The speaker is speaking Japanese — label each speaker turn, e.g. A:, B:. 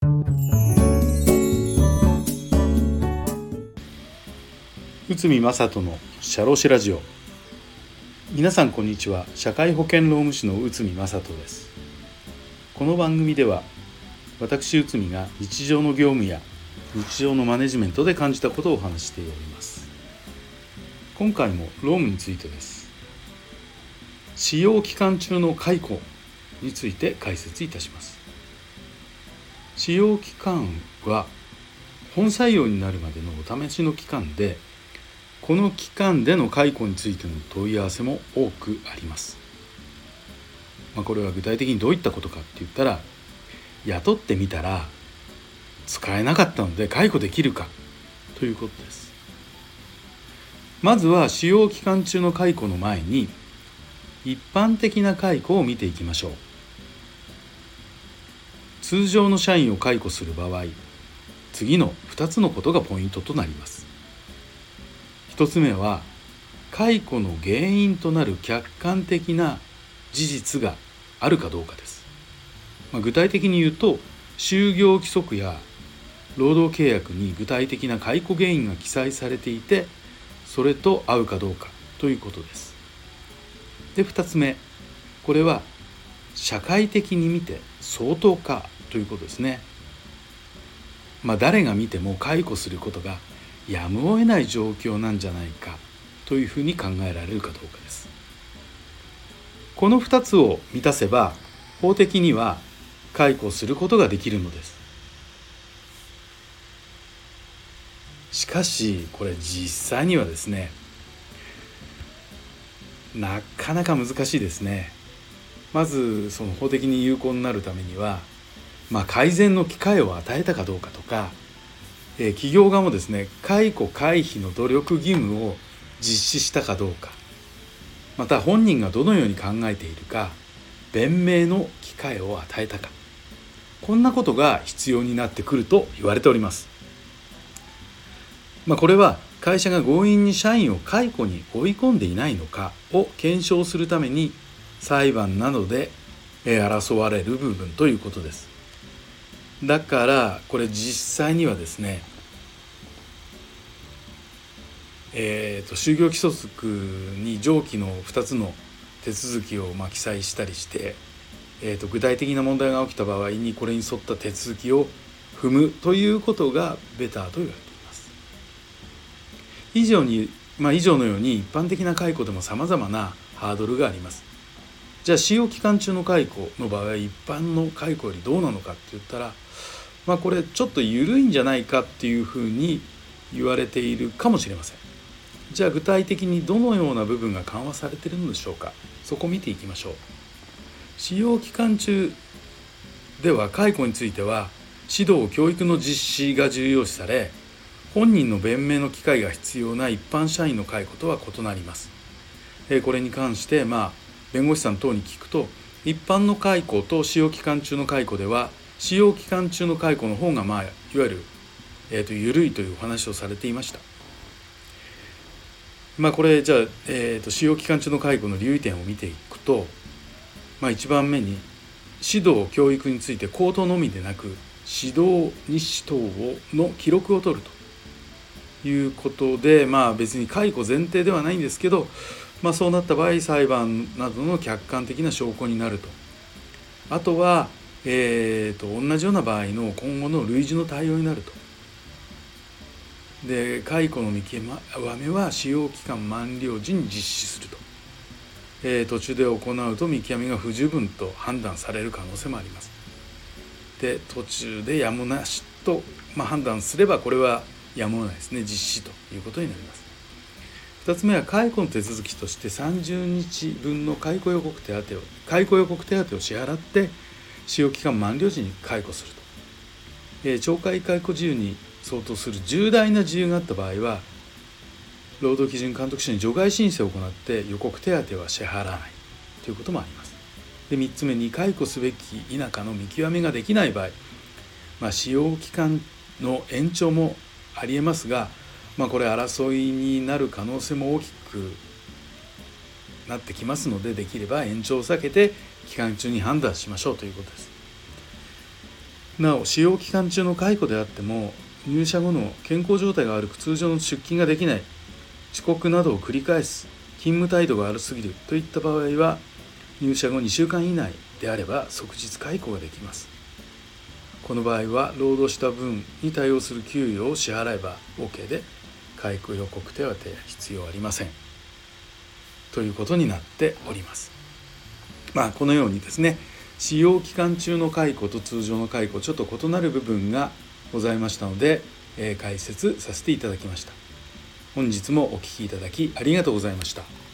A: 内海正人の社労士ラジオ。皆さんこんにちは。社会保険労務士の内海正人です。この番組では私内海が日常の業務や日常のマネジメントで感じたことをお話しております。今回も労務についてです。使用期間中の解雇について解説いたします。使用期間は本採用になるまでのお試しの期間で、この期間での解雇についての問い合わせも多くあります。これは具体的にどういったことかって言ったら、雇ってみたら使えなかったので解雇できるかということです。まずは使用期間中の解雇の前に一般的な解雇を見ていきましょう。通常の社員を解雇する場合、次の2つのことがポイントとなります。1つ目は、解雇の原因となる客観的な事実があるかどうかです。具体的に言うと、就業規則や労働契約に具体的な解雇原因が記載されていて、それと合うかどうかということです。で、2つ目、これは社会的に見て相当かということですね。誰が見ても解雇することがやむを得ない状況なんじゃないかというふうに考えられるかどうかです。この2つを満たせば、法的には解雇することができるのです。しかし、これ実際にはですね、なかなか難しいですね。まず、その法的に有効になるためには、改善の機会を与えたかどうかとか、企業側もですね、解雇回避の努力義務を実施したかどうか、また本人がどのように考えているか、弁明の機会を与えたか、こんなことが必要になってくると言われております。これは会社が強引に社員を解雇に追い込んでいないのかを検証するために裁判などで争われる部分ということです。だからこれ実際にはですね、就業規則に上記の2つの手続きを記載したりして、具体的な問題が起きた場合にこれに沿った手続きを踏むということがベターと言われています。以上のように一般的な解雇でも様々なハードルがあります。じゃあ使用期間中の解雇の場合は一般の解雇よりどうなのかって言ったら、これちょっと緩いんじゃないかっていうふうに言われているかもしれません。じゃあ具体的にどのような部分が緩和されているのでしょうか。そこを見ていきましょう。使用期間中では解雇については指導教育の実施が重要視され、本人の弁明の機会が必要な一般社員の解雇とは異なります。これに関して弁護士さん等に聞くと、一般の解雇と使用期間中の解雇では使用期間中の解雇の方がいわゆる、緩いというお話をされていました。これじゃあ、使用期間中の解雇の留意点を見ていくと、1番目に指導教育について口頭のみでなく指導日誌等の記録を取るということで、別に解雇前提ではないんですけど、そうなった場合裁判などの客観的な証拠になると。あとは、同じような場合の今後の類似の対応になると。で、解雇の見極めは使用期間満了時に実施すると。途中で行うと見極めが不十分と判断される可能性もあります。で、途中でやむなしと、判断すればこれはやむを得ないですね、実施ということになります。2つ目は解雇の手続きとして30日分の解雇予告手当を支払って使用期間満了時に解雇すると。懲戒解雇自由に相当する重大な自由があった場合は、労働基準監督署に除外申請を行って予告手当は支払わないということもあります。で、3つ目に解雇すべき否かの見極めができない場合、使用期間の延長もありえますが、これ争いになる可能性も大きくなってきますので、できれば延長を避けて期間中に判断しましょうということです。 なお使用期間中の解雇であっても、入社後の健康状態が悪く通常の出勤ができない、遅刻などを繰り返す、勤務態度が悪すぎるといった場合は、入社後2週間以内であれば即日解雇ができます。この場合は労働した分に対応する給与を支払えば OK で、解雇予告手当は必要ありませんということになっております。このようにですね、使用期間中の解雇と通常の解雇、ちょっと異なる部分がございましたので、解説させていただきました。本日もお聞きいただきありがとうございました。